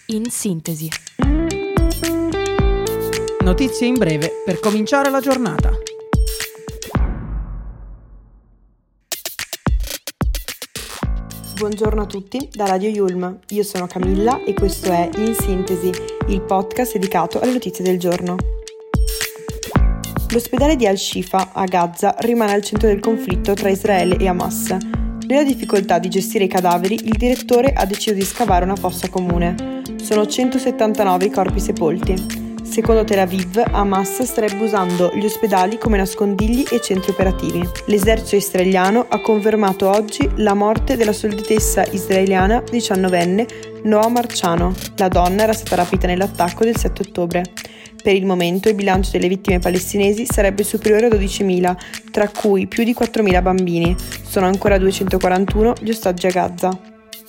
In sintesi. Notizie in breve per cominciare la giornata. Buongiorno a tutti da Radio Yulm, io sono Camilla e questo è In Sintesi, il podcast dedicato alle notizie del giorno. L'ospedale di Al-Shifa a Gaza rimane al centro del conflitto tra Israele e Hamas. Nella difficoltà di gestire i cadaveri, il direttore ha deciso di scavare una fossa comune. Sono 179 i corpi sepolti. Secondo Tel Aviv, Hamas starebbe usando gli ospedali come nascondigli e centri operativi. L'esercito israeliano ha confermato oggi la morte della soldatessa israeliana 19enne Noa Marciano. La donna era stata rapita nell'attacco del 7 ottobre. Per il momento il bilancio delle vittime palestinesi sarebbe superiore a 12.000, tra cui più di 4.000 bambini. Sono ancora 241 gli ostaggi a Gaza.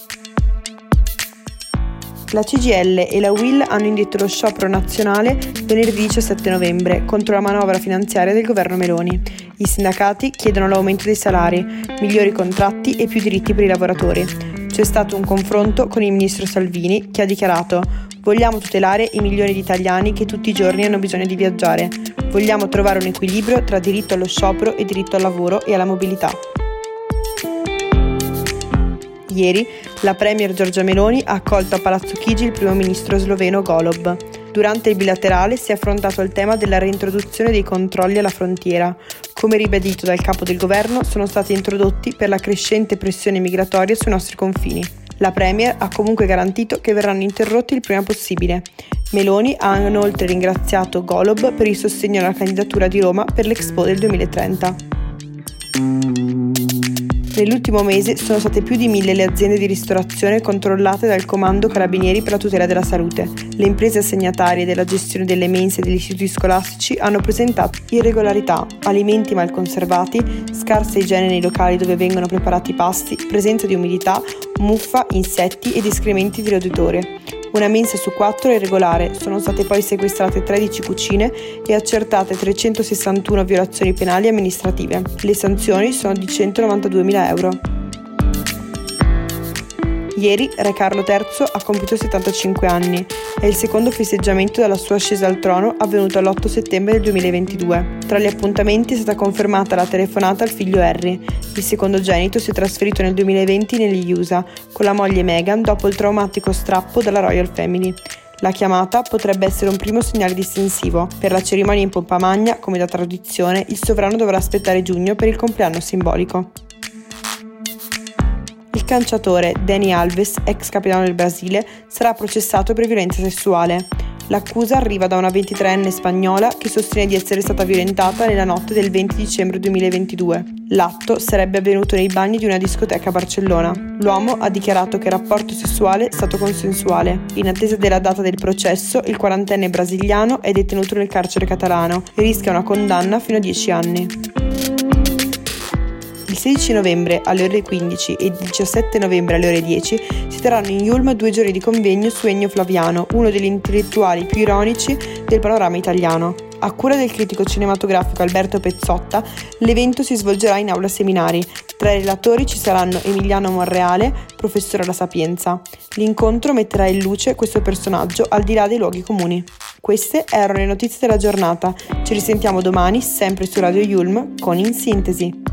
La CGIL e la UIL hanno indetto lo sciopero nazionale venerdì 17 novembre contro la manovra finanziaria del governo Meloni. I sindacati chiedono l'aumento dei salari, migliori contratti e più diritti per i lavoratori. C'è stato un confronto con il ministro Salvini che ha dichiarato: vogliamo tutelare i milioni di italiani che tutti i giorni hanno bisogno di viaggiare. Vogliamo trovare un equilibrio tra diritto allo sciopero e diritto al lavoro e alla mobilità. Ieri la premier Giorgia Meloni ha accolto a Palazzo Chigi il primo ministro sloveno Golob. Durante il bilaterale si è affrontato il tema della reintroduzione dei controlli alla frontiera. Come ribadito dal capo del governo, sono stati introdotti per la crescente pressione migratoria sui nostri confini. La premier ha comunque garantito che verranno interrotti il prima possibile. Meloni ha inoltre ringraziato Golob per il sostegno alla candidatura di Roma per l'Expo del 2030. Nell'ultimo mese sono state più di 1.000 le aziende di ristorazione controllate dal Comando Carabinieri per la tutela della salute. Le imprese assegnatarie della gestione delle mense degli istituti scolastici hanno presentato irregolarità, alimenti mal conservati, scarsa igiene nei locali dove vengono preparati i pasti, presenza di umidità, muffa, insetti ed escrementi di roditori. Una mensa su 4 è irregolare, sono state poi sequestrate 13 cucine e accertate 361 violazioni penali e amministrative. Le sanzioni sono di 192.000 euro. Ieri Re Carlo III ha compiuto 75 anni. È il secondo festeggiamento dalla sua ascesa al trono avvenuto l'8 settembre del 2022. Tra gli appuntamenti è stata confermata la telefonata al figlio Harry. Il secondogenito si è trasferito nel 2020 negli USA con la moglie Meghan dopo il traumatico strappo dalla Royal Family. La chiamata potrebbe essere un primo segnale distintivo. Per la cerimonia in pompa magna, come da tradizione, il sovrano dovrà aspettare giugno per il compleanno simbolico. Il calciatore Dani Alves, ex capitano del Brasile, sarà processato per violenza sessuale. L'accusa arriva da una 23enne spagnola che sostiene di essere stata violentata nella notte del 20 dicembre 2022. L'atto sarebbe avvenuto nei bagni di una discoteca a Barcellona. L'uomo ha dichiarato che il rapporto sessuale è stato consensuale. In attesa della data del processo, il 40enne brasiliano è detenuto nel carcere catalano e rischia una condanna fino a 10 anni. Il 16 novembre alle ore 15 e il 17 novembre alle ore 10 si terranno in Yulm 2 giorni di convegno su Ennio Flaviano, uno degli intellettuali più ironici del panorama italiano. A cura del critico cinematografico Alberto Pezzotta, l'evento si svolgerà in aula seminari. Tra i relatori ci saranno Emiliano Monreale, professore alla Sapienza. L'incontro metterà in luce questo personaggio al di là dei luoghi comuni. Queste erano le notizie della giornata. Ci risentiamo domani, sempre su Radio Yulm, con In Sintesi.